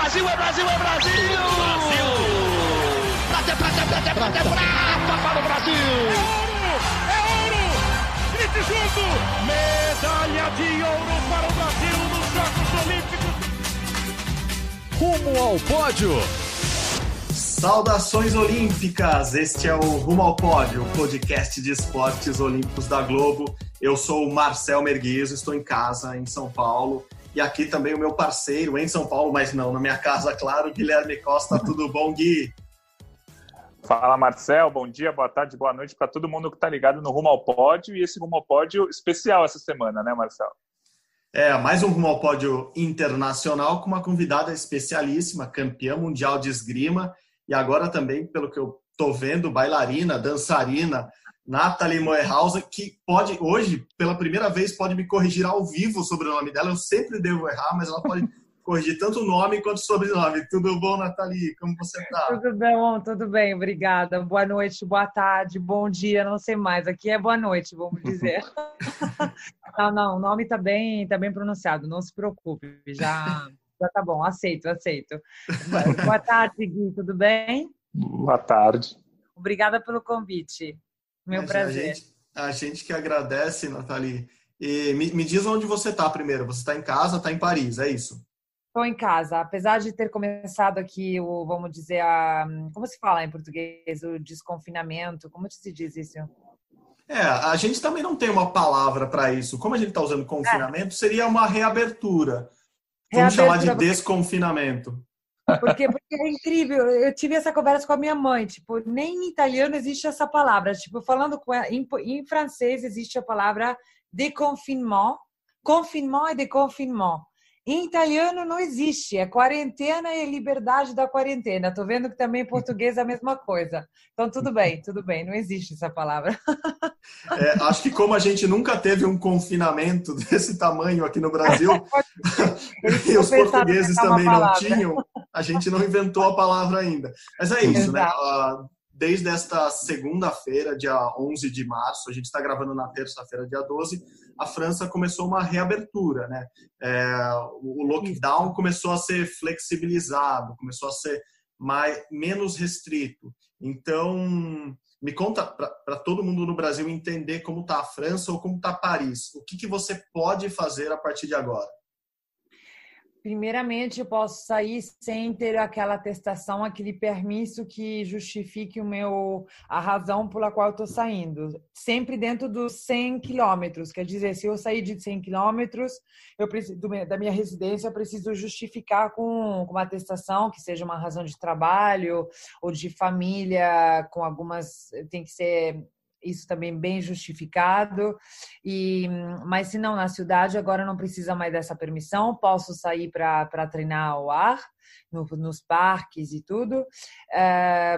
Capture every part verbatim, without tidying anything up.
Brasil, é Brasil, é Brasil! Brasil! Prata, prata, prata, prata, prata para o Brasil! É ouro! É ouro! Grite junto! Medalha de ouro para o Brasil nos Jogos Olímpicos! Rumo ao pódio! Saudações olímpicas! Este é o Rumo ao Pódio, o podcast de esportes olímpicos da Globo. Eu sou o Marcel Merguizo, estou em casa, em São Paulo. E aqui também o meu parceiro, em São Paulo, mas não, na minha casa, claro, Guilherme Costa. Tudo bom, Gui? Fala, Marcel. Bom dia, boa tarde, boa noite para todo mundo que está ligado no Rumo ao Pódio. E esse Rumo ao Pódio especial essa semana, né, Marcel? É, mais um Rumo ao Pódio internacional com uma convidada especialíssima, campeã mundial de esgrima. E agora também, pelo que eu estou vendo, bailarina, dançarina, Nathalie Moerhauser, que pode, hoje, pela primeira vez, pode me corrigir ao vivo sobre o nome dela. Eu sempre devo errar, mas ela pode corrigir tanto o nome quanto o sobrenome. Tudo bom, Nathalie? Como você está? Tudo bom, tudo bem, obrigada. Boa noite, boa tarde, bom dia, não sei mais. Aqui é boa noite, vamos dizer. Não, não, o nome está bem, tá bem pronunciado, não se preocupe, já... Já tá bom, aceito, aceito. Boa tarde, Gui, tudo bem? Boa tarde. Obrigada pelo convite. Meu Mas prazer. A gente, a gente que agradece, Nathalie. E me, me diz onde você está primeiro. Você está em casa, está em Paris, é isso? Estou em casa. Apesar de ter começado aqui o, vamos dizer, a, como se fala em português, o desconfinamento, como se diz isso? É, a gente também não tem uma palavra para isso. Como a gente está usando confinamento, é. seria uma reabertura. Vamos chamar de desconfinamento. Porque, porque é incrível. Eu tive essa conversa com a minha mãe. Tipo, nem em italiano existe essa palavra. Tipo, falando com ela, em, em francês existe a palavra déconfinement. Confinement e déconfinement. Em italiano não existe. É quarentena e liberdade da quarentena. Tô vendo que também em português é a mesma coisa. Então, tudo bem, tudo bem. Não existe essa palavra. É, acho que como a gente nunca teve um confinamento desse tamanho aqui no Brasil, e os portugueses também não tinham, a gente não inventou a palavra ainda. Mas é isso, né? Desde esta segunda-feira, dia onze de março, a gente está gravando na terça-feira, dia doze, a França começou uma reabertura, né? É, o lockdown começou a ser flexibilizado, começou a ser mais, menos restrito. Então, me conta, para todo mundo no Brasil entender como está a França ou como está Paris, o que, que você pode fazer a partir de agora? Primeiramente, eu posso sair sem ter aquela atestação, aquele permisso que justifique o meu, a razão pela qual eu estou saindo. Sempre dentro dos cem quilômetros. Quer dizer, se eu sair de cem quilômetros, eu preciso, da minha residência, eu preciso justificar com, com uma atestação, que seja uma razão de trabalho ou de família, com algumas... Tem que ser... Isso também bem justificado, e, mas se não na cidade, agora não precisa mais dessa permissão, posso sair para treinar ao ar, no, nos parques e tudo, é,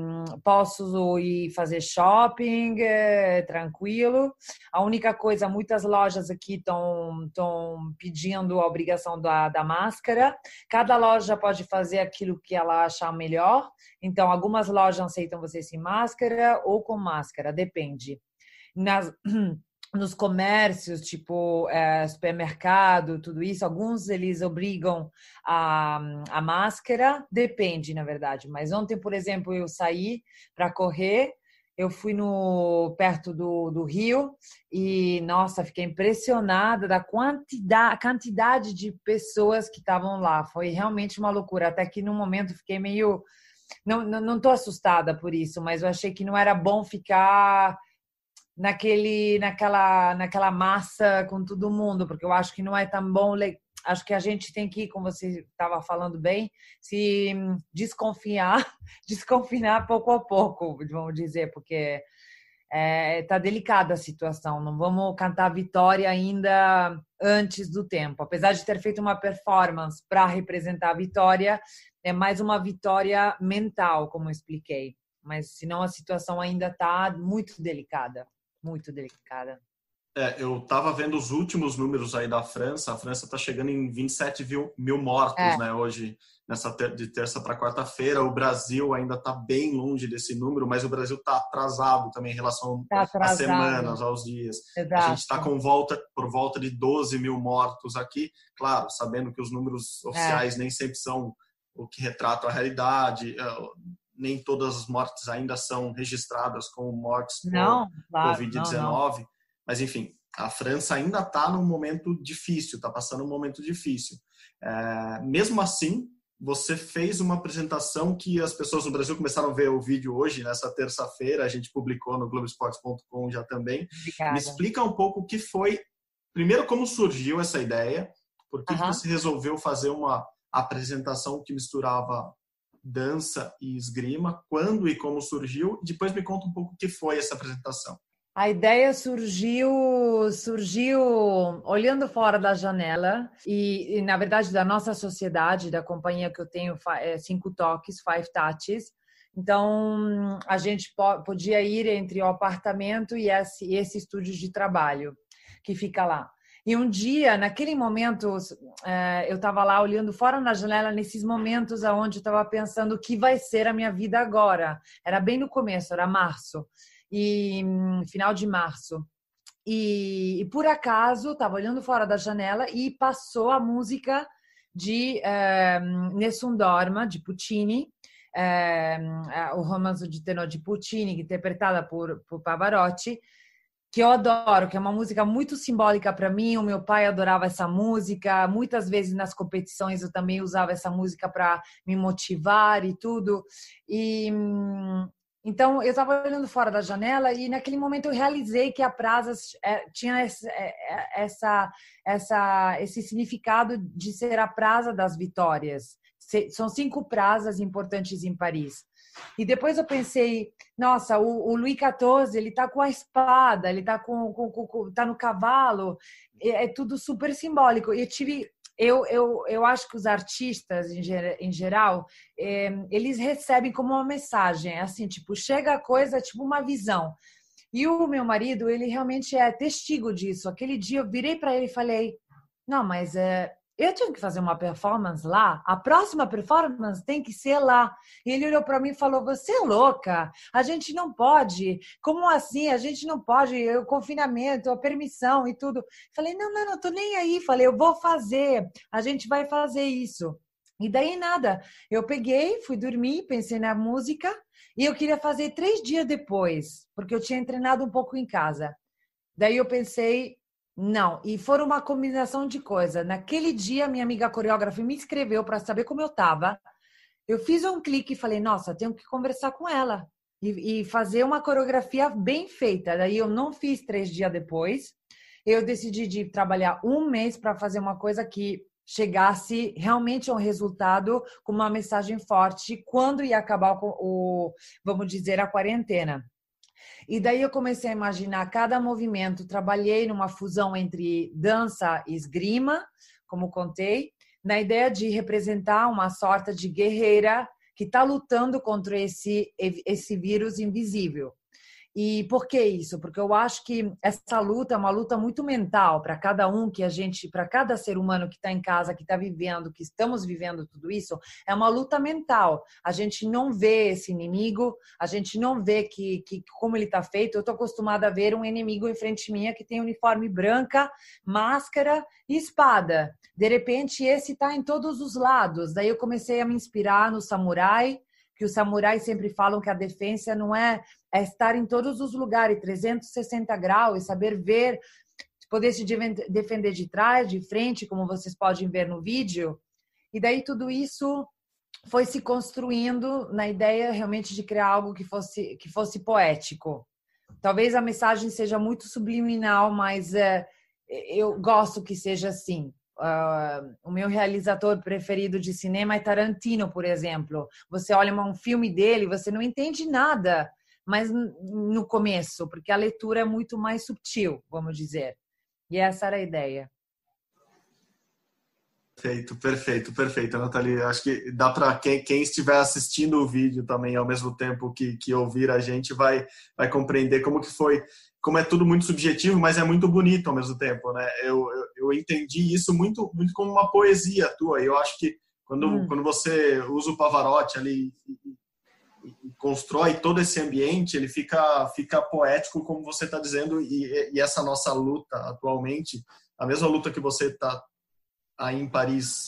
posso ir fazer shopping, é, tranquilo. A única coisa, muitas lojas aqui estão pedindo a obrigação da, da máscara, cada loja pode fazer aquilo que ela achar melhor, então algumas lojas aceitam você sem máscara ou com máscara, depende. Nas, nos comércios, tipo é, supermercado, tudo isso, alguns eles obrigam a, a máscara, depende, na verdade. Mas ontem, por exemplo, eu saí para correr, eu fui no, perto do, do Rio e, nossa, fiquei impressionada da quantidade, quantidade de pessoas que estavam lá. Foi realmente uma loucura. Até que, no momento, fiquei meio... Não, não, não tô assustada por isso, mas eu achei que não era bom ficar naquele, naquela, naquela massa com todo mundo, porque eu acho que não é tão bom. Acho que a gente tem que, como você estava falando bem, se desconfiar, desconfinar pouco a pouco, vamos dizer, porque é, tá delicada a situação. Não vamos cantar vitória ainda antes do tempo. Apesar de ter feito uma performance para representar a vitória, é mais uma vitória mental, como eu expliquei. Mas, senão, a situação ainda está muito delicada. Muito delicada. É, eu estava vendo os últimos números aí da França. A França está chegando em vinte e sete mil mortos, é. né, hoje, nessa ter- de terça para quarta-feira. O Brasil ainda está bem longe desse número, mas o Brasil está atrasado também em relação tá às semanas, aos dias. Exato. A gente está com volta, por volta de doze mil mortos aqui. Claro, sabendo que os números oficiais é. nem sempre são o que retrata a realidade. Nem todas as mortes ainda são registradas como mortes por não, claro, covid dezenove, mas enfim, a França ainda está num momento difícil, está passando um momento difícil. É, mesmo assim, você fez uma apresentação que as pessoas no Brasil começaram a ver o vídeo hoje, nessa terça-feira, a gente publicou no globo esportes ponto com já também. Obrigada. Me explica um pouco o que foi, primeiro, como surgiu essa ideia, por que, Uhum. que você resolveu fazer uma apresentação que misturava dança e esgrima, quando e como surgiu, depois me conta um pouco o que foi essa apresentação. A ideia surgiu, surgiu olhando fora da janela e, e, na verdade, da nossa sociedade, da companhia que eu tenho, é, Cinco Toques, Five Touches. Então, a gente po- podia ir entre o apartamento e esse, e esse estúdio de trabalho que fica lá. E um dia, naquele momento, eu estava lá olhando fora na janela, nesses momentos onde eu estava pensando o que vai ser a minha vida agora. Era bem no começo, era março, e final de março. E, e por acaso, estava olhando fora da janela e passou a música de um, Nessun Dorma, de Puccini, um, o Romanzo di Tenor de Puccini, interpretada por, por Pavarotti, que eu adoro, que é uma música muito simbólica para mim. O meu pai adorava essa música. Muitas vezes nas competições eu também usava essa música para me motivar e tudo. E então eu estava olhando fora da janela e naquele momento eu realizei que a praça tinha essa, essa, essa, esse significado de ser a praça das vitórias. São cinco praças importantes em Paris. E depois eu pensei, nossa, o, o Luís quatorze, ele tá com a espada, ele tá com, com, com tá no cavalo, é, é tudo super simbólico. E eu tive, eu, eu, eu acho que os artistas em, em geral, é, eles recebem como uma mensagem, assim, tipo, chega a coisa, tipo uma visão. E o meu marido, ele realmente é testigo disso. Aquele dia eu virei para ele e falei, não, mas é eu tinha que fazer uma performance lá, a próxima performance tem que ser lá. E ele olhou para mim e falou, você é louca, a gente não pode, como assim, a gente não pode, o confinamento, a permissão e tudo. Falei, não, não, não, tô nem aí, falei, eu vou fazer, a gente vai fazer isso. E daí nada, eu peguei, fui dormir, pensei na música e eu queria fazer três dias depois, porque eu tinha treinado um pouco em casa. Daí eu pensei, não, e foi uma combinação de coisas. Naquele dia, minha amiga coreógrafa me escreveu para saber como eu estava. Eu fiz um clique e falei, nossa, tenho que conversar com ela e, e fazer uma coreografia bem feita. Daí eu não fiz três dias depois. Eu decidi de trabalhar um mês para fazer uma coisa que chegasse realmente a um resultado com uma mensagem forte quando ia acabar o, o vamos dizer, a quarentena. E daí eu comecei a imaginar cada movimento. Trabalhei numa fusão entre dança e esgrima, como contei, na ideia de representar uma sorte de guerreira que está lutando contra esse, esse vírus invisível. E por que isso? Porque eu acho que essa luta é uma luta muito mental para cada um que a gente, para cada ser humano que está em casa, que está vivendo, que estamos vivendo tudo isso, é uma luta mental. A gente não vê esse inimigo, a gente não vê que, que como ele está feito. Eu estou acostumada a ver um inimigo em frente minha que tem uniforme branca, máscara e espada. De repente, esse está em todos os lados. Daí eu comecei a me inspirar no samurai, que os samurais sempre falam que a defesa não é, é estar em todos os lugares, trezentos e sessenta graus, e saber ver, poder se defender de trás, de frente, como vocês podem ver no vídeo. E daí tudo isso foi se construindo na ideia realmente de criar algo que fosse, que fosse poético. Talvez a mensagem seja muito subliminal, mas é, eu gosto que seja assim. Uh, o meu realizador preferido de cinema é Tarantino, por exemplo. Você olha um filme dele, você não entende nada, mas no começo, porque a leitura é muito mais sutil, vamos dizer. E essa era a ideia. Perfeito, perfeito, perfeito, Nathalie. Acho que dá para quem, quem estiver assistindo o vídeo também, ao mesmo tempo que, que ouvir a gente, vai, vai compreender como que foi, como é tudo muito subjetivo, mas é muito bonito ao mesmo tempo, né? Eu, eu, eu entendi isso muito, muito como uma poesia tua. E eu acho que quando, hum. quando você usa o Pavarotti ali e, e, e constrói todo esse ambiente, ele fica, fica poético, como você está dizendo, e, e essa nossa luta atualmente, a mesma luta que você está aí em Paris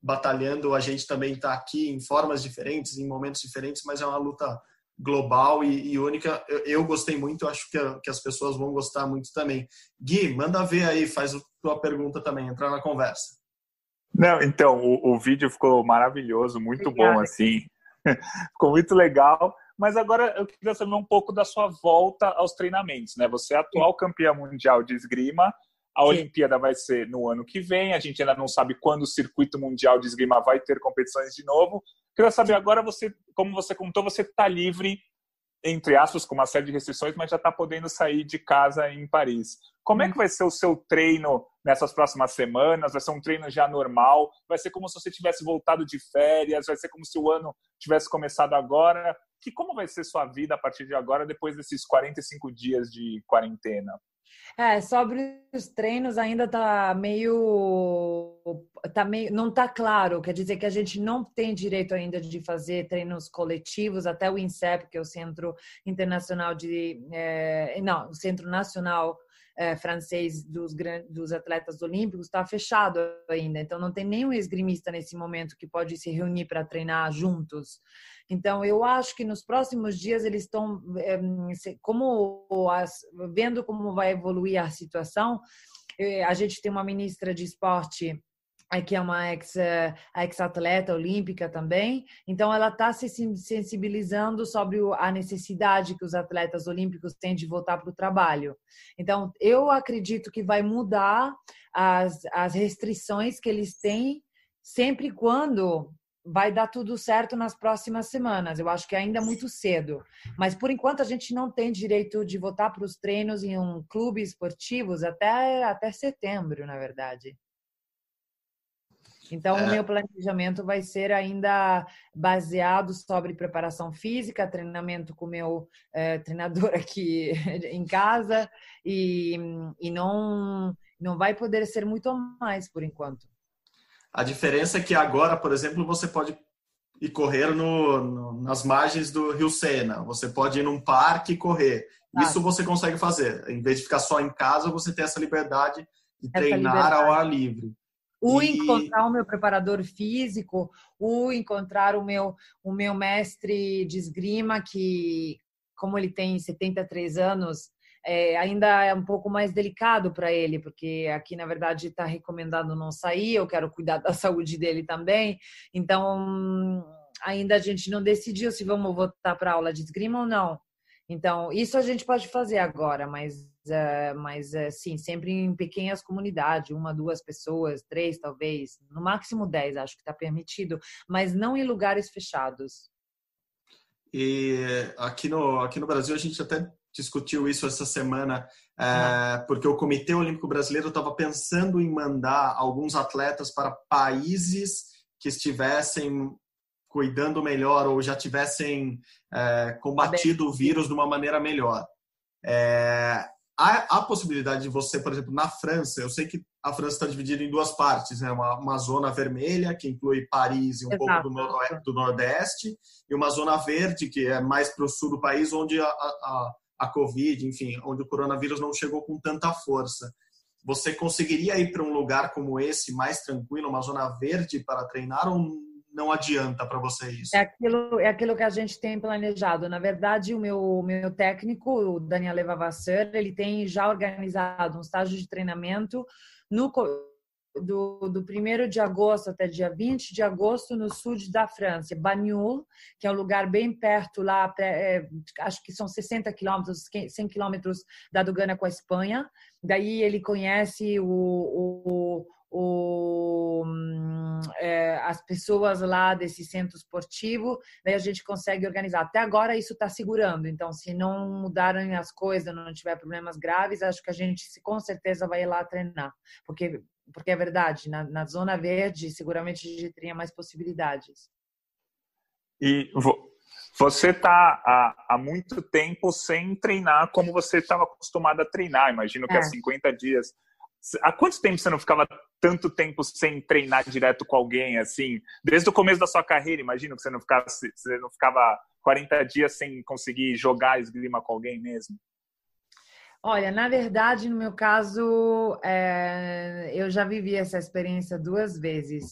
batalhando, a gente também está aqui em formas diferentes, em momentos diferentes, mas é uma luta global e, e única. Eu, eu gostei muito, acho que, a, que as pessoas vão gostar muito também. Gui, manda ver aí, faz a tua pergunta também, entrar na conversa. Não, então, o, o vídeo ficou maravilhoso, muito Obrigada. bom, assim. Ficou muito legal. Mas agora eu queria saber um pouco da sua volta aos treinamentos, né? Você é atual campeã mundial de esgrima, a Sim. Olimpíada vai ser no ano que vem, a gente ainda não sabe quando o circuito mundial de esgrima vai ter competições de novo. Queria saber agora, você, como você contou, você está livre, entre aspas, com uma série de restrições, mas já está podendo sair de casa em Paris. Como é que vai ser o seu treino nessas próximas semanas? Vai ser um treino já normal? Vai ser como se você tivesse voltado de férias? Vai ser como se o ano tivesse começado agora? Que, como vai ser sua vida a partir de agora, depois desses quarenta e cinco dias de quarentena? É, sobre os treinos ainda tá meio, tá meio, não tá claro, quer dizer que a gente não tem direito ainda de fazer treinos coletivos, até o INSEP, que é o Centro Internacional de, é, não, o Centro Nacional é, francês dos, dos atletas olímpicos está fechado ainda, então não tem nenhum esgrimista nesse momento que pode se reunir para treinar juntos. Então, eu acho que nos próximos dias eles estão, como as, vendo como vai evoluir a situação. A gente tem uma ministra de esporte que é uma ex, ex-atleta olímpica também, então ela está se sensibilizando sobre a necessidade que os atletas olímpicos têm de voltar para o trabalho. Então, eu acredito que vai mudar as, as restrições que eles têm sempre quando vai dar tudo certo nas próximas semanas. Eu acho que ainda é muito cedo. Mas, por enquanto, a gente não tem direito de voltar para os treinos em um clube esportivos até, até setembro, na verdade. Então, é. o meu planejamento vai ser ainda baseado sobre preparação física, treinamento com o meu é, treinador aqui em casa e, e não, não vai poder ser muito mais, por enquanto. A diferença é que agora, por exemplo, você pode ir correr no, no, nas margens do Rio Sena. Você pode ir num parque e correr. Ah. Isso você consegue fazer. Em vez de ficar só em casa, você tem essa liberdade de essa treinar liberdade. Ao ar livre. O e... encontrar o meu preparador físico, o encontrar o meu, o meu mestre de esgrima, que, como ele tem setenta e três anos, É, ainda é um pouco mais delicado para ele, porque aqui, na verdade, está recomendado não sair, eu quero cuidar da saúde dele também, então ainda a gente não decidiu se vamos voltar para aula de esgrima ou não. Então, isso a gente pode fazer agora, mas, uh, mas uh, sim, sempre em pequenas comunidades, uma, duas pessoas, três talvez, no máximo dez, acho que está permitido, mas não em lugares fechados. E aqui no, aqui no Brasil a gente até discutiu isso essa semana, é, porque o Comitê Olímpico Brasileiro estava pensando em mandar alguns atletas para países que estivessem cuidando melhor ou já tivessem é, combatido o vírus de uma maneira melhor. É, há a possibilidade de você, por exemplo, na França, eu sei que a França está dividida em duas partes, né? uma, uma zona vermelha, que inclui Paris e um Exato. pouco do, noroeste, do Nordeste, e uma zona verde, que é mais para o sul do país, onde a, a a Covid, enfim, onde o coronavírus não chegou com tanta força. Você conseguiria ir para um lugar como esse, mais tranquilo, uma zona verde para treinar, ou não adianta para você isso? É aquilo, é aquilo que a gente tem planejado. Na verdade, o meu, meu técnico, o Daniel Levavasseur, ele tem já organizado um estágio de treinamento no Do, do primeiro de agosto até dia vinte de agosto no sul da França, Bagnoul, que é um lugar bem perto lá, é, acho que são sessenta quilômetros, cem quilômetros da Dogana com a Espanha. Daí ele conhece o, o, o, é, as pessoas lá desse centro esportivo, daí a gente consegue organizar. Até agora isso está segurando, então se não mudarem as coisas, não tiver problemas graves, acho que a gente com certeza vai ir lá treinar, porque Porque é verdade, na, na zona verde, seguramente a gente teria mais possibilidades. E você está há, há muito tempo sem treinar como você estava acostumada a treinar. Imagino que é. há cinquenta dias. Há quanto tempo você não ficava tanto tempo sem treinar direto com alguém, assim? Desde o começo da sua carreira, imagino que você não ficava, você não ficava quarenta dias sem conseguir jogar esgrima com alguém mesmo. Olha, na verdade, no meu caso, é, eu já vivi essa experiência duas vezes,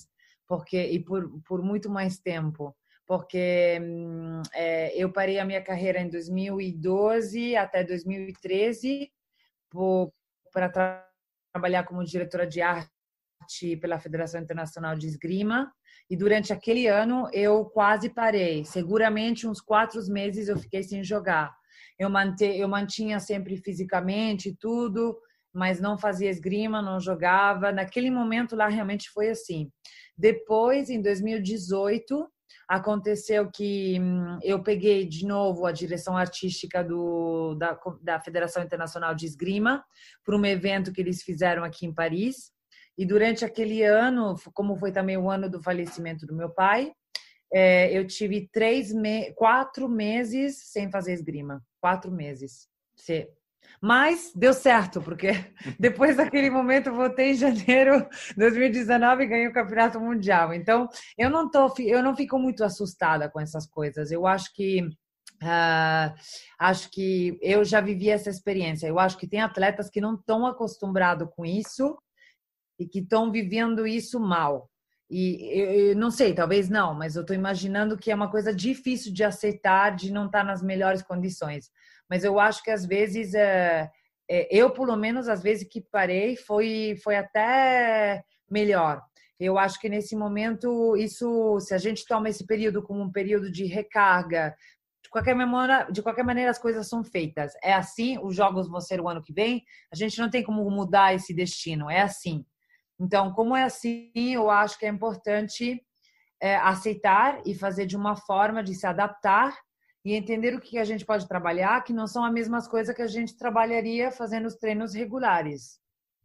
porque e por, por muito mais tempo. Porque é, eu parei a minha carreira em dois mil e doze até dois mil e treze para tra trabalhar como diretora de arte pela Federação Internacional de Esgrima, e durante aquele ano eu quase parei. Seguramente uns quatro meses eu fiquei sem jogar. Eu, mante, eu mantinha sempre fisicamente tudo, mas não fazia esgrima, não jogava. Naquele momento lá realmente foi assim. Depois, em dois mil e dezoito, aconteceu que eu peguei de novo a direção artística do, da, da Federação Internacional de Esgrima para um evento que eles fizeram aqui em Paris. E durante aquele ano, como foi também o ano do falecimento do meu pai, é, eu tive três me quatro meses sem fazer esgrima. Quatro meses. Mas deu certo, porque depois daquele momento eu voltei em janeiro de dois mil e dezenove e ganhei o Campeonato Mundial. Então, eu não, tô, eu não fico muito assustada com essas coisas. Eu acho que Uh, acho que eu já vivi essa experiência. Eu acho que tem atletas que não estão acostumados com isso e que estão vivendo isso mal. E eu, eu não sei, talvez não, mas eu estou imaginando que é uma coisa difícil de aceitar, de não estar nas melhores condições. Mas eu acho que às vezes, é, é, eu pelo menos, às vezes que parei, foi, foi até melhor. Eu acho que nesse momento, isso, se a gente toma esse período como um período de recarga, de qualquer maneira, de qualquer maneira as coisas são feitas. É assim, os jogos vão ser o ano que vem, a gente não tem como mudar esse destino, é assim. Então, como é assim, eu acho que é importante é, aceitar e fazer de uma forma de se adaptar e entender o que a gente pode trabalhar, que não são as mesmas coisas que a gente trabalharia fazendo os treinos regulares.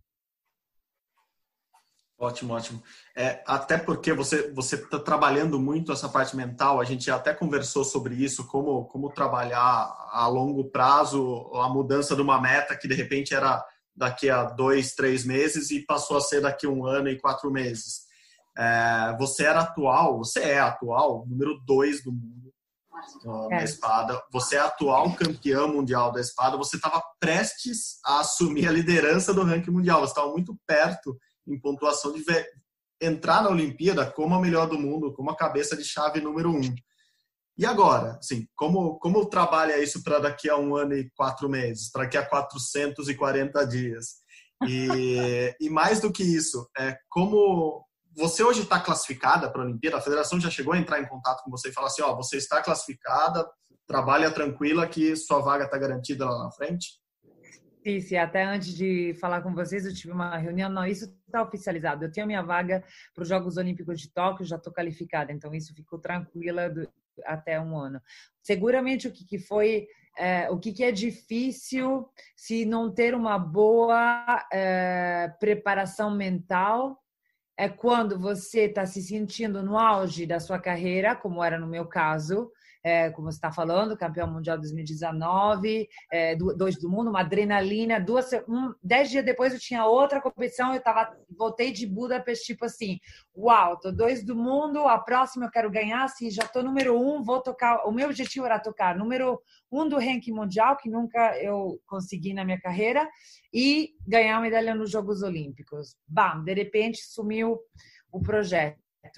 Ótimo, ótimo. É, até porque você você está trabalhando muito essa parte mental, a gente até conversou sobre isso, como, como trabalhar a longo prazo, a mudança de uma meta que de repente era daqui a dois, três meses e passou a ser daqui a um ano e quatro meses. É, você era atual, você é atual, número dois do mundo uh, é. na espada, você é atual campeã mundial da espada, você estava prestes a assumir a liderança do ranking mundial, você estava muito perto em pontuação de ver, entrar na Olimpíada como a melhor do mundo, como a cabeça de chave número um. E agora, assim, como, como trabalha isso para daqui a um ano e quatro meses, para daqui a quatrocentos e quarenta dias? E, e mais do que isso, é, como você hoje está classificada para a Olimpíada, a federação já chegou a entrar em contato com você e falar assim, ó, você está classificada, trabalha tranquila que sua vaga está garantida lá na frente? Sim, sim, até antes de falar com vocês, eu tive uma reunião, não, isso está oficializado. Eu tenho minha vaga para os Jogos Olímpicos de Tóquio, já estou qualificada, então isso ficou tranquila do, até um ano. Seguramente o que, que foi, é, o que, que é difícil se não ter uma boa é, preparação mental é quando você está se sentindo no auge da sua carreira, como era no meu caso, É, como você está falando, campeão mundial dois mil e dezenove, é, dois do mundo, uma adrenalina, duas, um, dez dias depois eu tinha outra competição, eu tava, voltei de Budapest, tipo assim, uau, tô dois do mundo, a próxima eu quero ganhar, se já tô número um, vou tocar, o meu objetivo era tocar número um do ranking mundial, que nunca eu consegui na minha carreira, e ganhar uma medalha nos Jogos Olímpicos. Bam, de repente sumiu o projeto.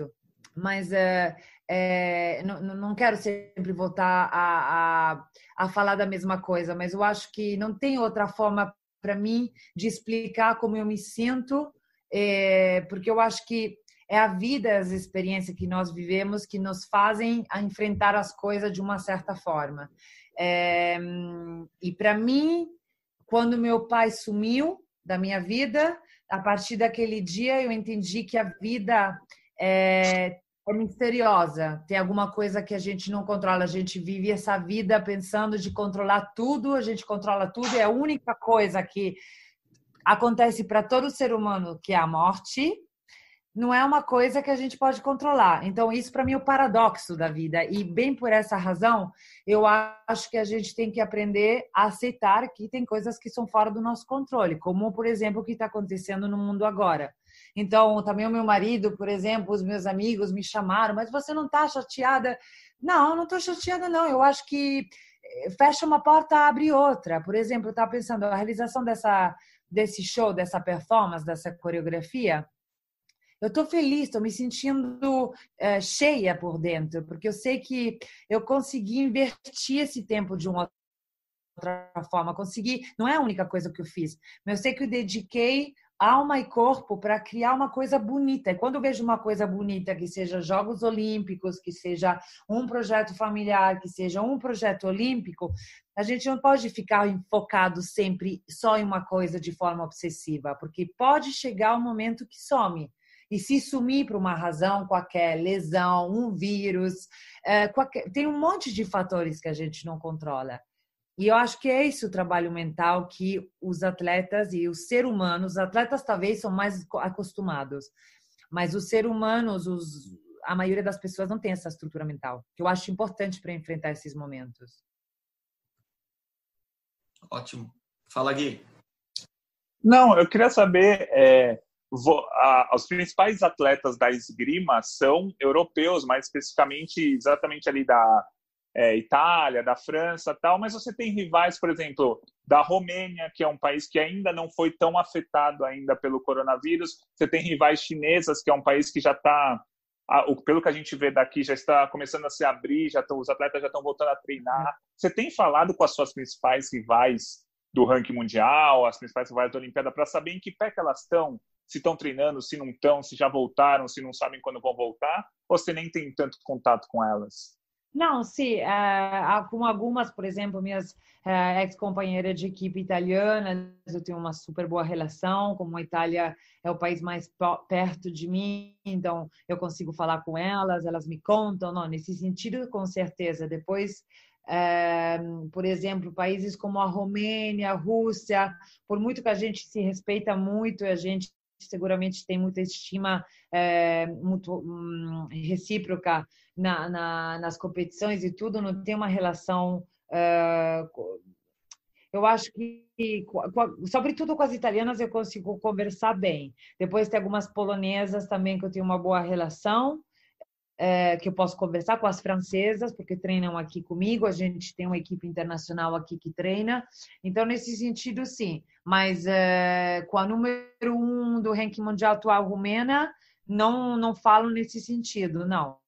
Mas é, é, não, não quero sempre voltar a, a, a falar da mesma coisa, mas eu acho que não tem outra forma para mim de explicar como eu me sinto, é, porque eu acho que é a vida, as experiências que nós vivemos que nos fazem a enfrentar as coisas de uma certa forma. É, e para mim, quando meu pai sumiu da minha vida, a partir daquele dia eu entendi que a vida é, é misteriosa, tem alguma coisa que a gente não controla, a gente vive essa vida pensando de controlar tudo, a gente controla tudo, é a única coisa que acontece para todo ser humano, que é a morte, não é uma coisa que a gente pode controlar. Então, isso para mim é o paradoxo da vida, e bem por essa razão, eu acho que a gente tem que aprender a aceitar que tem coisas que são fora do nosso controle, como, por exemplo, o que está acontecendo no mundo agora. Então, também o meu marido, por exemplo, os meus amigos me chamaram, mas você não está chateada? Não, não estou chateada, não. Eu acho que fecha uma porta, abre outra. Por exemplo, eu estava pensando, a realização dessa, desse show, dessa performance, dessa coreografia, eu estou feliz, estou me sentindo é, cheia por dentro, porque eu sei que eu consegui invertir esse tempo de uma outra forma, consegui, não é a única coisa que eu fiz, mas eu sei que eu dediquei alma e corpo para criar uma coisa bonita. E quando eu vejo uma coisa bonita, que seja Jogos Olímpicos, que seja um projeto familiar, que seja um projeto olímpico, a gente não pode ficar focado sempre só em uma coisa de forma obsessiva, porque pode chegar um momento que some. E se sumir por uma razão qualquer, lesão, um vírus, é, qualquer... tem um monte de fatores que a gente não controla. E eu acho que é esse o trabalho mental que os atletas e os seres humanos, os atletas talvez são mais acostumados, mas os seres humanos, os, a maioria das pessoas não tem essa estrutura mental, que eu acho importante para enfrentar esses momentos. Ótimo. Fala, Gui. Não, eu queria saber, é, vou, a, os principais atletas da esgrima são europeus, mais especificamente exatamente ali da É, Itália, da França, tal, mas você tem rivais, por exemplo, da Romênia, que é um país que ainda não foi tão afetado ainda pelo coronavírus. Você tem rivais chinesas, que é um país que já está, pelo que a gente vê daqui, já está começando a se abrir, já tão, os atletas já estão voltando a treinar. Você tem falado com as suas principais rivais do ranking mundial, as principais rivais da Olimpíada, para saber em que pé que elas estão, se estão treinando, se não estão, se já voltaram, se não sabem quando vão voltar, ou você nem tem tanto contato com elas? Não, sim, uh, com algumas, por exemplo, minhas uh, ex-companheiras de equipe italianas, eu tenho uma super boa relação, como a Itália é o país mais perto de mim, então eu consigo falar com elas, elas me contam, não, nesse sentido, com certeza. Depois, uh, por exemplo, países como a Romênia, a Rússia, por muito que a gente se respeita muito, a gente seguramente tem muita estima é, muito hum, recíproca na, na, nas competições e tudo, não tem uma relação é, eu acho que sobretudo com as italianas eu consigo conversar bem. Depois tem algumas polonesas também que eu tenho uma boa relação, É, que eu posso conversar com as francesas, porque treinam aqui comigo, a gente tem uma equipe internacional aqui que treina, então nesse sentido sim, mas é, com a número um do ranking mundial atual rumena, não, não falo nesse sentido, não.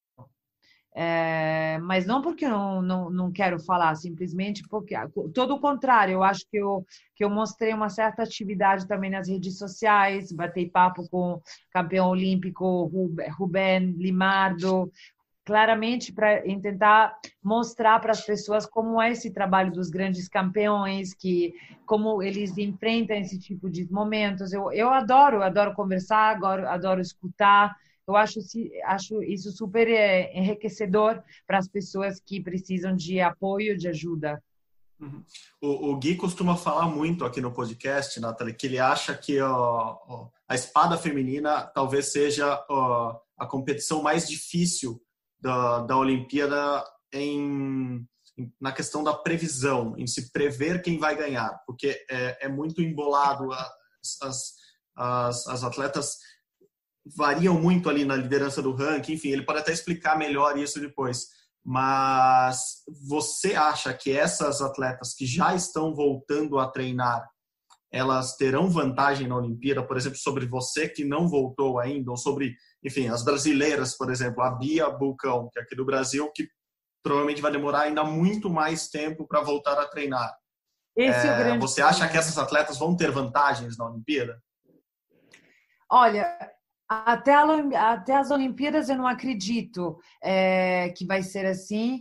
É, mas não porque eu não, não, não quero falar, simplesmente porque, todo o contrário, eu acho que eu, que eu mostrei uma certa atividade também nas redes sociais, batei papo com o campeão olímpico Rubén Limardo, claramente para tentar mostrar para as pessoas como é esse trabalho dos grandes campeões, que, como eles enfrentam esse tipo de momentos. Eu, eu adoro, adoro conversar, adoro, adoro escutar. Eu acho, acho isso super enriquecedor para as pessoas que precisam de apoio, de ajuda. Uhum. O, o Gui costuma falar muito aqui no podcast, Nathalie, que ele acha que ó, ó, a espada feminina talvez seja ó, a competição mais difícil da, da Olimpíada em, em, na questão da previsão, em se prever quem vai ganhar, porque é, é muito embolado, as, as, as, as atletas variam muito ali na liderança do ranking, enfim, ele pode até explicar melhor isso depois. Mas você acha que essas atletas que já estão voltando a treinar, elas terão vantagem na Olimpíada, por exemplo, sobre você que não voltou ainda, ou sobre, enfim, as brasileiras, por exemplo, a Bia Bulcão, que é aqui do Brasil, que provavelmente vai demorar ainda muito mais tempo para voltar a treinar. Esse é, é o grande você acha que essas atletas vão ter vantagens na Olimpíada? Olha, Até, a, até as Olimpíadas eu não acredito é, que vai ser assim.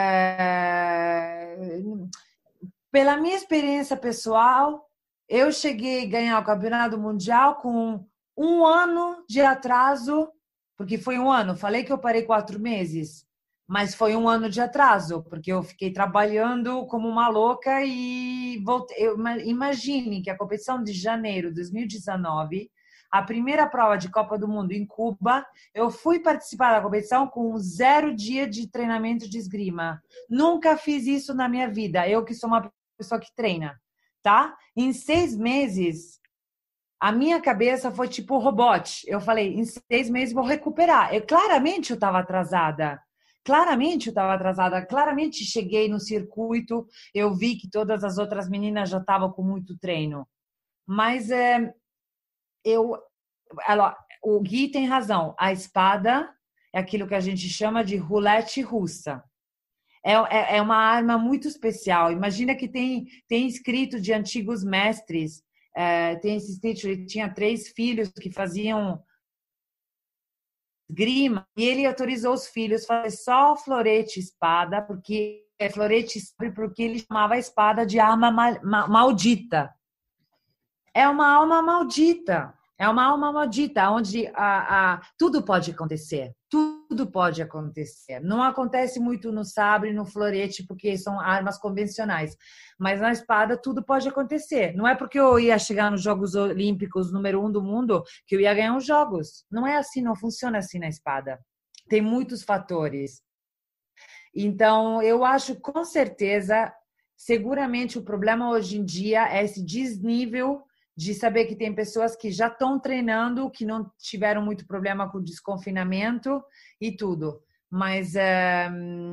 É, pela minha experiência pessoal, eu cheguei a ganhar o Campeonato Mundial com um ano de atraso, porque foi um ano, falei que eu parei quatro meses, mas foi um ano de atraso, porque eu fiquei trabalhando como uma louca e voltei. Eu, imagine que a competição de janeiro de dois mil e dezenove, a primeira prova de Copa do Mundo em Cuba, eu fui participar da competição com zero dia de treinamento de esgrima. Nunca fiz isso na minha vida. Eu que sou uma pessoa que treina, tá? Em seis meses, a minha cabeça foi tipo robot. Eu falei, em seis meses vou recuperar. Eu, claramente eu estava atrasada. Claramente eu estava atrasada. Claramente cheguei no circuito, eu vi que todas as outras meninas já estavam com muito treino. Mas... É, Eu, ela, o Gui tem razão. A espada é aquilo que a gente chama de roulette russa. É, é, é uma arma muito especial. Imagina que tem, tem escrito de antigos mestres, é, tem esse escrito, ele tinha três filhos que faziam esgrima, e ele autorizou os filhos a fazer só florete espada, porque é florete porque ele chamava a espada de arma ma, ma, maldita. É uma alma maldita. É uma alma maldita, onde a, a, tudo pode acontecer. Tudo pode acontecer. Não acontece muito no sabre, no florete, porque são armas convencionais. Mas na espada, tudo pode acontecer. Não é porque eu ia chegar nos Jogos Olímpicos número um do mundo que eu ia ganhar os Jogos. Não é assim, não funciona assim na espada. Tem muitos fatores. Então, eu acho, com certeza, seguramente o problema hoje em dia é esse desnível de saber que tem pessoas que já estão treinando, que não tiveram muito problema com o desconfinamento e tudo. Mas, é,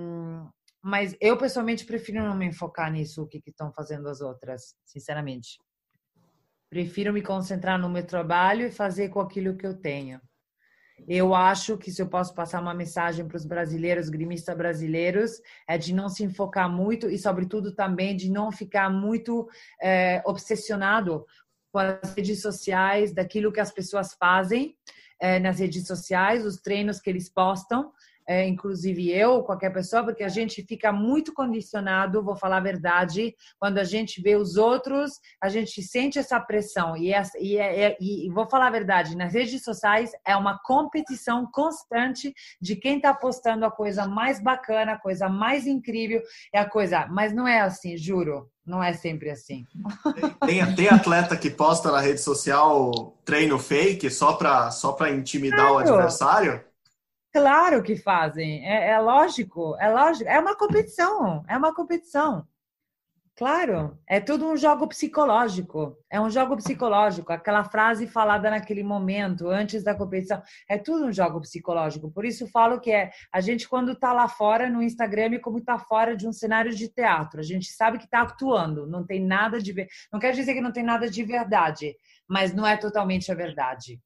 mas eu, pessoalmente, prefiro não me focar nisso, o que estão fazendo as outras, sinceramente. Prefiro me concentrar no meu trabalho e fazer com aquilo que eu tenho. Eu acho que se eu posso passar uma mensagem para os brasileiros, grimistas brasileiros, é de não se enfocar muito e, sobretudo, também de não ficar muito é, obsessionado com as redes sociais, daquilo que as pessoas fazem é, nas redes sociais, os treinos que eles postam, é, inclusive eu, qualquer pessoa, porque a gente fica muito condicionado, vou falar a verdade, quando a gente vê os outros, a gente sente essa pressão. E, é, e, é, e vou falar a verdade, nas redes sociais é uma competição constante de quem está postando a coisa mais bacana, a coisa mais incrível, é a coisa, mas não é assim, juro. Não é sempre assim. Tem, tem atleta que posta na rede social treino fake só para só para intimidar claro. o adversário? Claro que fazem. É, é lógico, é lógico. É uma competição, é uma competição. Claro, é tudo um jogo psicológico. É um jogo psicológico. Aquela frase falada naquele momento, antes da competição, é tudo um jogo psicológico. Por isso falo que é a gente quando está lá fora no Instagram é como está fora de um cenário de teatro. A gente sabe que está atuando. Não tem nada de não quer dizer que não tem nada de verdade, mas não é totalmente a verdade.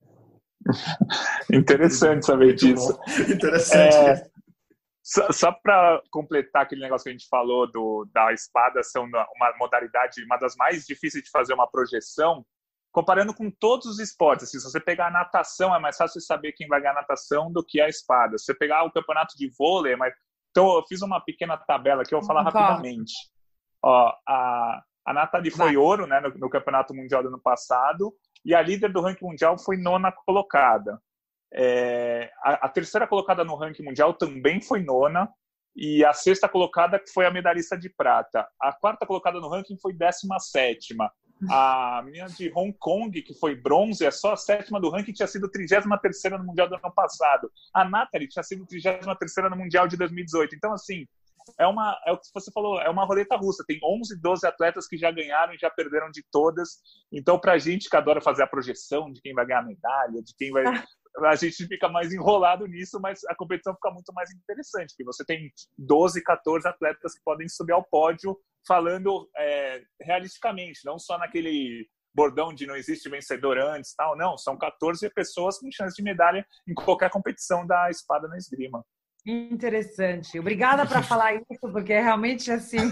Interessante saber disso. Interessante. É... Só, só para completar aquele negócio que a gente falou do, da espada ser uma modalidade, uma das mais difíceis de fazer uma projeção, comparando com todos os esportes. Assim, se você pegar a natação, é mais fácil saber quem vai ganhar a natação do que a espada. Se você pegar o campeonato de vôlei, é mais... Então, eu fiz uma pequena tabela que eu vou falar Concordo. rapidamente. Ó, a, a Nathalie foi vai. ouro, né, no, no campeonato mundial do ano passado, e a líder do ranking mundial foi nona colocada. É, a, a terceira colocada no ranking mundial também foi nona, e a sexta colocada foi a medalhista de prata. A quarta colocada no ranking foi décima sétima. A menina de Hong Kong, que foi bronze, é só a sétima do ranking, tinha sido trigésima terceira no mundial do ano passado. A Nathalie tinha sido trigésima terceira no mundial de dois mil e dezoito. Então, assim, é, uma, é o que você falou, é uma roleta russa. Tem onze, doze atletas que já ganharam e já perderam de todas. Então, pra gente que adora fazer a projeção de quem vai ganhar a medalha, de quem vai... a gente fica mais enrolado nisso, mas a competição fica muito mais interessante, porque você tem doze, quatorze atletas que podem subir ao pódio falando é, realisticamente, não só naquele bordão de não existe vencedor antes, tal, não, são quatorze pessoas com chance de medalha em qualquer competição da espada na esgrima. Interessante. Obrigada por falar isso, porque é realmente assim...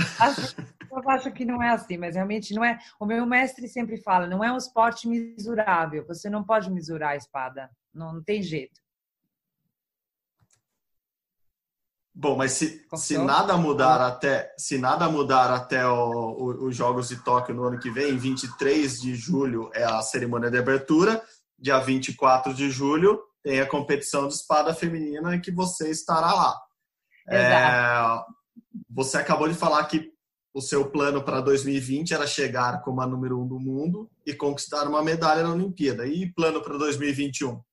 Eu acho que não é assim, mas realmente não é. O meu mestre sempre fala, não é um esporte mesurável. Você não pode mesurar a espada. Não, não tem jeito. Bom, mas se, se nada mudar até se nada mudar até o, o, os Jogos de Tóquio no ano que vem, vinte e três de julho é a cerimônia de abertura, dia vinte e quatro de julho tem a competição de espada feminina em que você estará lá. Exato. É, você acabou de falar que o seu plano para dois mil e vinte era chegar como a número um do mundo e conquistar uma medalha na Olimpíada. E plano para dois mil e vinte e um?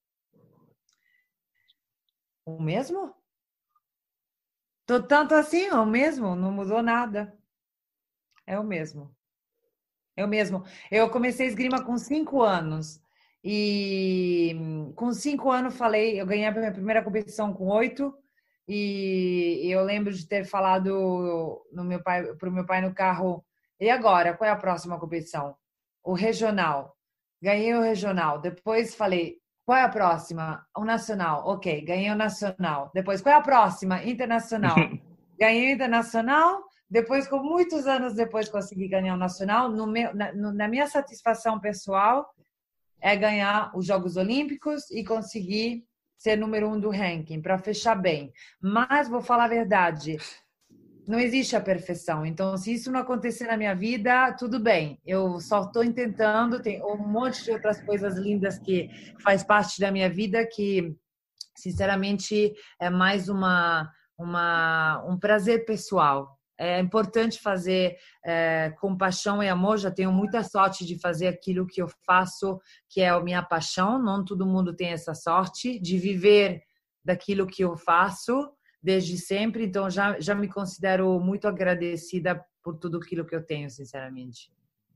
O mesmo? Tô tanto assim, o mesmo, não mudou nada. É o mesmo. É o mesmo. Eu comecei esgrima com cinco anos. E com cinco anos falei, eu ganhei a minha primeira competição com oito. E eu lembro de ter falado no meu pai, para o meu pai no carro, e agora, qual é a próxima competição? O regional. Ganhei o regional. Depois falei, Qual é a próxima? O nacional. Ok, ganhei o nacional. Depois, qual é a próxima? Internacional. Ganhei o internacional. Depois, com muitos anos depois, consegui ganhar o nacional. No meu, na, no, na minha satisfação pessoal, é ganhar os Jogos Olímpicos e conseguir ser número um do ranking, para fechar bem. Mas, vou falar a verdade, não existe a perfeição. Então, se isso não acontecer na minha vida, tudo bem. Eu só estou tentando, tem um monte de outras coisas lindas que faz parte da minha vida que, sinceramente, é mais uma, uma, um prazer pessoal. É importante fazer é, com paixão e amor. Já tenho muita sorte de fazer aquilo que eu faço, que é a minha paixão. Não todo mundo tem essa sorte de viver daquilo que eu faço desde sempre. Então, já, já me considero muito agradecida por tudo aquilo que eu tenho, sinceramente.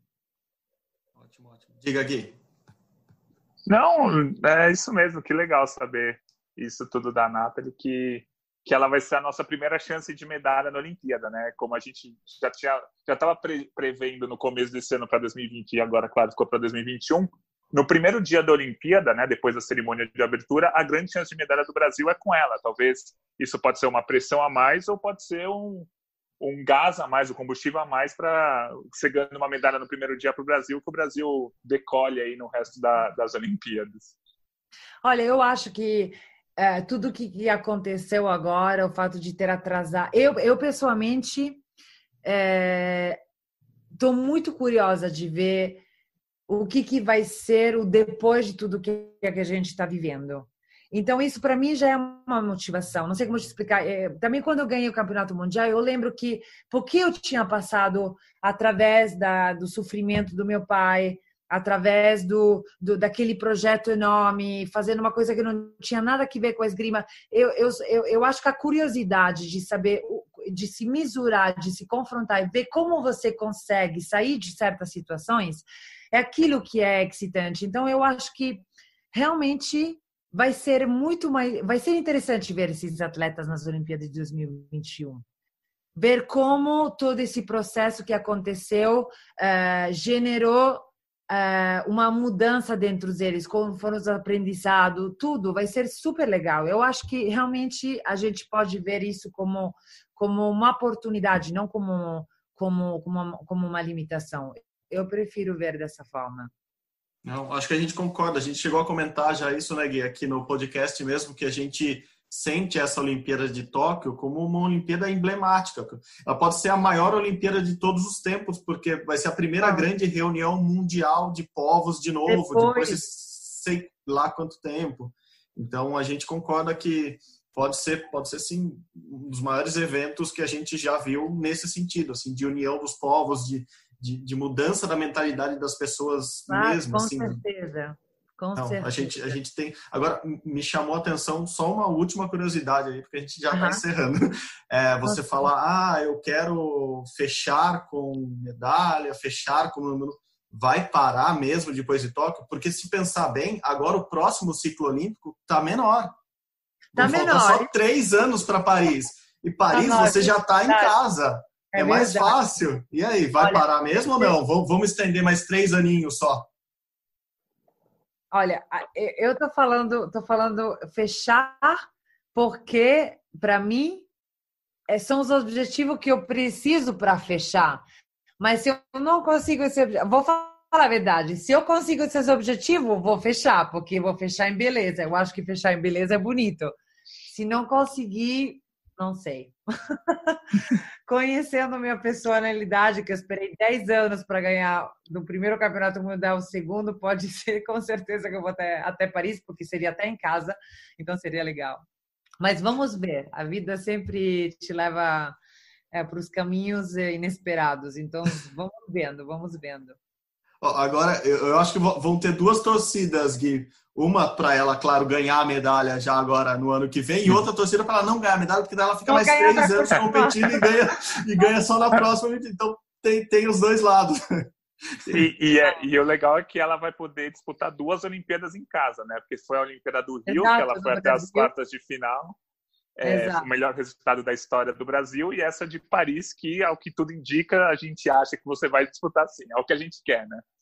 Ótimo, ótimo. Diga, Gui. Não, é isso mesmo. Que legal saber isso tudo da Nathalie, que que ela vai ser a nossa primeira chance de medalha na Olimpíada, né? Como a gente já tinha, já estava pre, prevendo no começo desse ano para dois mil e vinte e agora, claro, ficou para dois mil e vinte e um. No primeiro dia da Olimpíada, né, depois da cerimônia de abertura, a grande chance de medalha do Brasil é com ela. Talvez isso pode ser uma pressão a mais ou pode ser um, um gás a mais, um combustível a mais para você ganhar uma medalha no primeiro dia para o Brasil, que o Brasil decolhe aí no resto da, das Olimpíadas. Olha, eu acho que É, tudo que, que aconteceu agora, o fato de ter atrasado... Eu, eu pessoalmente, estou é, muito curiosa de ver o que, que vai ser o depois de tudo que, que a gente está vivendo. Então, isso para mim já é uma motivação. Não sei como te explicar. É, também quando eu ganhei o Campeonato Mundial, eu lembro que porque eu tinha passado através da, do sofrimento do meu pai, através do, do, daquele projeto enorme, fazendo uma coisa que não tinha nada a ver com a esgrima. Eu, eu, eu, eu acho que a curiosidade de saber, de se mesurar, de se confrontar e ver como você consegue sair de certas situações, é aquilo que é excitante. Então, eu acho que realmente vai ser muito mais... Vai ser interessante ver esses atletas nas Olimpíadas de dois mil e vinte e um. Ver como todo esse processo que aconteceu uh, generou uma mudança dentro deles, como foram os aprendizados, tudo vai ser super legal. Eu acho que realmente a gente pode ver isso como, como uma oportunidade, não como, como, como, uma, como uma limitação. Eu prefiro ver dessa forma. Não, acho que a gente concorda. A gente chegou a comentar já isso, né, Gui, aqui no podcast mesmo, que a gente sente essa Olimpíada de Tóquio como uma Olimpíada emblemática. Ela pode ser a maior Olimpíada de todos os tempos, porque vai ser a primeira ah. grande reunião mundial de povos de novo, depois, depois de sei lá quanto tempo. Então, a gente concorda que pode ser, pode ser sim, um dos maiores eventos que a gente já viu nesse sentido, assim, de união dos povos, de, de, de mudança da mentalidade das pessoas ah, mesmo. Com assim, certeza. Com Não, certeza. a gente, a gente tem... Agora, me chamou a atenção só uma última curiosidade aí, porque a gente já está uhum. encerrando. É, você Nossa. Fala, ah, eu quero fechar com medalha, fechar com número... Vai parar mesmo depois de Tóquio? Porque se pensar bem, agora o próximo ciclo olímpico está menor. Está menor. Só três anos para Paris. E Paris, tá você já está em casa. É, é mais fácil. E aí, vai Olha, parar mesmo ou não? Vamos, vamos estender mais três aninhos só. Olha, eu tô falando, tô falando fechar porque, para mim, são os objetivos que eu preciso para fechar. Mas se eu não consigo esse objetivo, vou falar a verdade, se eu consigo esse objetivo, vou fechar, porque vou fechar em beleza. Eu acho que fechar em beleza é bonito. Se não conseguir, não sei. Conhecendo minha personalidade, que eu esperei dez anos para ganhar do primeiro campeonato mundial, o segundo, pode ser com certeza que eu vou até, até Paris, porque seria até em casa, então seria legal. Mas vamos ver, a vida sempre te leva é, para os caminhos inesperados, então vamos vendo, vamos vendo. Agora, eu acho que vão ter duas torcidas, Gui. Uma para ela, claro, ganhar a medalha já agora no ano que vem, e outra torcida para ela não ganhar a medalha, porque daí ela fica não mais três anos competindo e ganha, e ganha só na próxima. Então, tem, tem os dois lados. E, e, é, e o legal é que ela vai poder disputar duas Olimpíadas em casa, né? Porque foi a Olimpíada do Rio, Exato, que ela foi até as quartas de final. É, o melhor resultado da história do Brasil, e essa de Paris, que, ao que tudo indica, a gente acha que você vai disputar sim. É o que a gente quer, né?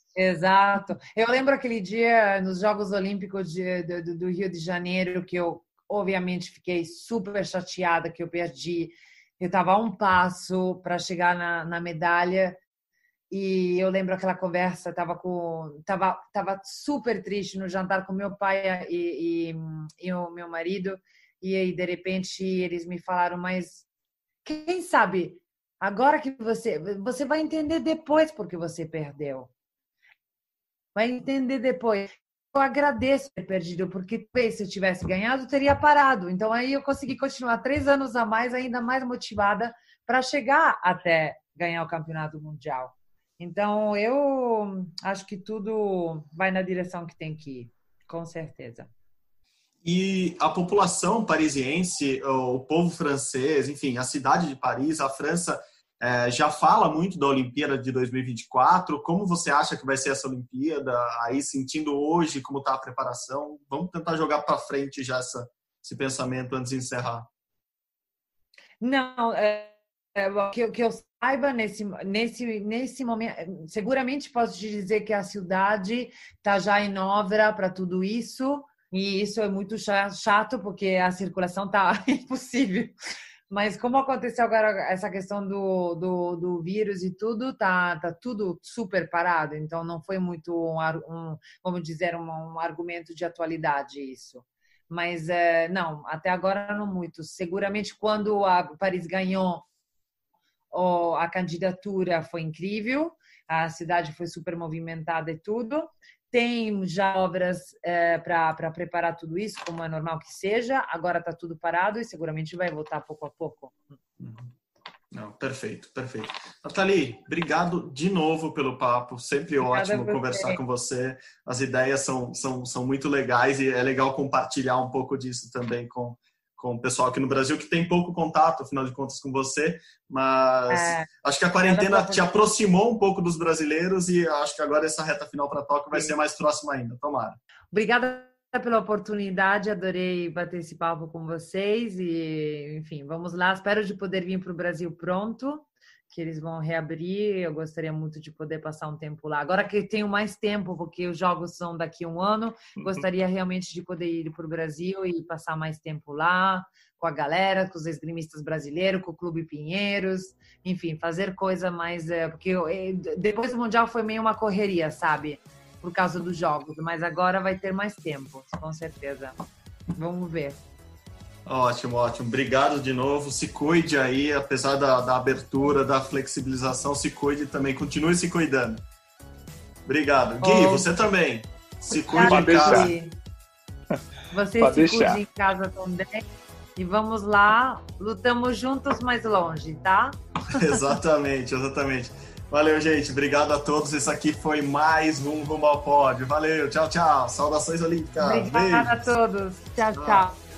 Exato. Eu lembro aquele dia nos Jogos Olímpicos de, do, do Rio de Janeiro que eu, obviamente, fiquei super chateada que eu perdi. Eu estava a um passo para chegar na, na medalha e eu lembro aquela conversa, estava com, tava, tava super triste no jantar com meu pai e, e, e o meu marido e aí de repente eles me falaram, mas quem sabe agora que você você vai entender depois porque você perdeu, vai entender depois. Eu agradeço ter perdido, porque se eu tivesse ganhado, eu teria parado. Então, aí eu consegui continuar três anos a mais, ainda mais motivada para chegar até ganhar o campeonato mundial. Então, eu acho que tudo vai na direção que tem que ir, com certeza. E a população parisiense, o povo francês, enfim, a cidade de Paris, a França, É, já fala muito da Olimpíada de dois mil e vinte e quatro. Como você acha que vai ser essa Olimpíada? Aí, sentindo hoje como está a preparação, vamos tentar jogar para frente já essa, esse pensamento antes de encerrar. Não, é, é, que, que eu saiba nesse, nesse, nesse momento, seguramente posso te dizer que a cidade está já em obra para tudo isso, e isso é muito chato porque a circulação está impossível. Mas como aconteceu agora essa questão do, do, do vírus e tudo, tá, tá tudo super parado. Então, não foi muito, um, um, vamos dizer, um, um argumento de atualidade isso. Mas, é, não, até agora não muito. Seguramente, quando a Paris ganhou oh, a candidatura, foi incrível. A cidade foi super movimentada e tudo. Tem já obras é, para preparar tudo isso, como é normal que seja. Agora está tudo parado e seguramente vai voltar pouco a pouco. Não, perfeito, perfeito. Nathalie, obrigado de novo pelo papo. Sempre Obrigada ótimo conversar com você. As ideias são, são, são muito legais e é legal compartilhar um pouco disso também com, com o pessoal aqui no Brasil, que tem pouco contato, afinal de contas, com você. Mas é, acho que a quarentena te aproximou um pouco dos brasileiros e acho que agora essa reta final para Tóquio vai ser mais próxima ainda. Tomara. Obrigada pela oportunidade, adorei bater esse papo com vocês e, enfim, vamos lá. Espero de poder vir para o Brasil pronto, que eles vão reabrir. Eu gostaria muito de poder passar um tempo lá. Agora que eu tenho mais tempo, porque os jogos são daqui a um ano, gostaria realmente de poder ir para o Brasil e passar mais tempo lá, com a galera, com os esgrimistas brasileiros, com o Clube Pinheiros, enfim, fazer coisa mais... Porque eu, depois do Mundial foi meio uma correria, sabe? Por causa dos jogos, mas agora vai ter mais tempo, com certeza. Vamos ver. Ótimo, ótimo. Obrigado de novo. Se cuide aí, apesar da, da abertura, da flexibilização, se cuide também. Continue se cuidando. Obrigado. Gui, oh. você também. Se cuide Pode em casa. Você Pode se deixar. cuide em casa também. E vamos lá, lutamos juntos mais longe, tá? Exatamente, exatamente. Valeu, gente. Obrigado a todos. Esse aqui foi mais um Rumo ao Pódio. Valeu, tchau, tchau. Saudações olímpicas. Obrigada Beijos. a todos. Tchau, tchau. tchau.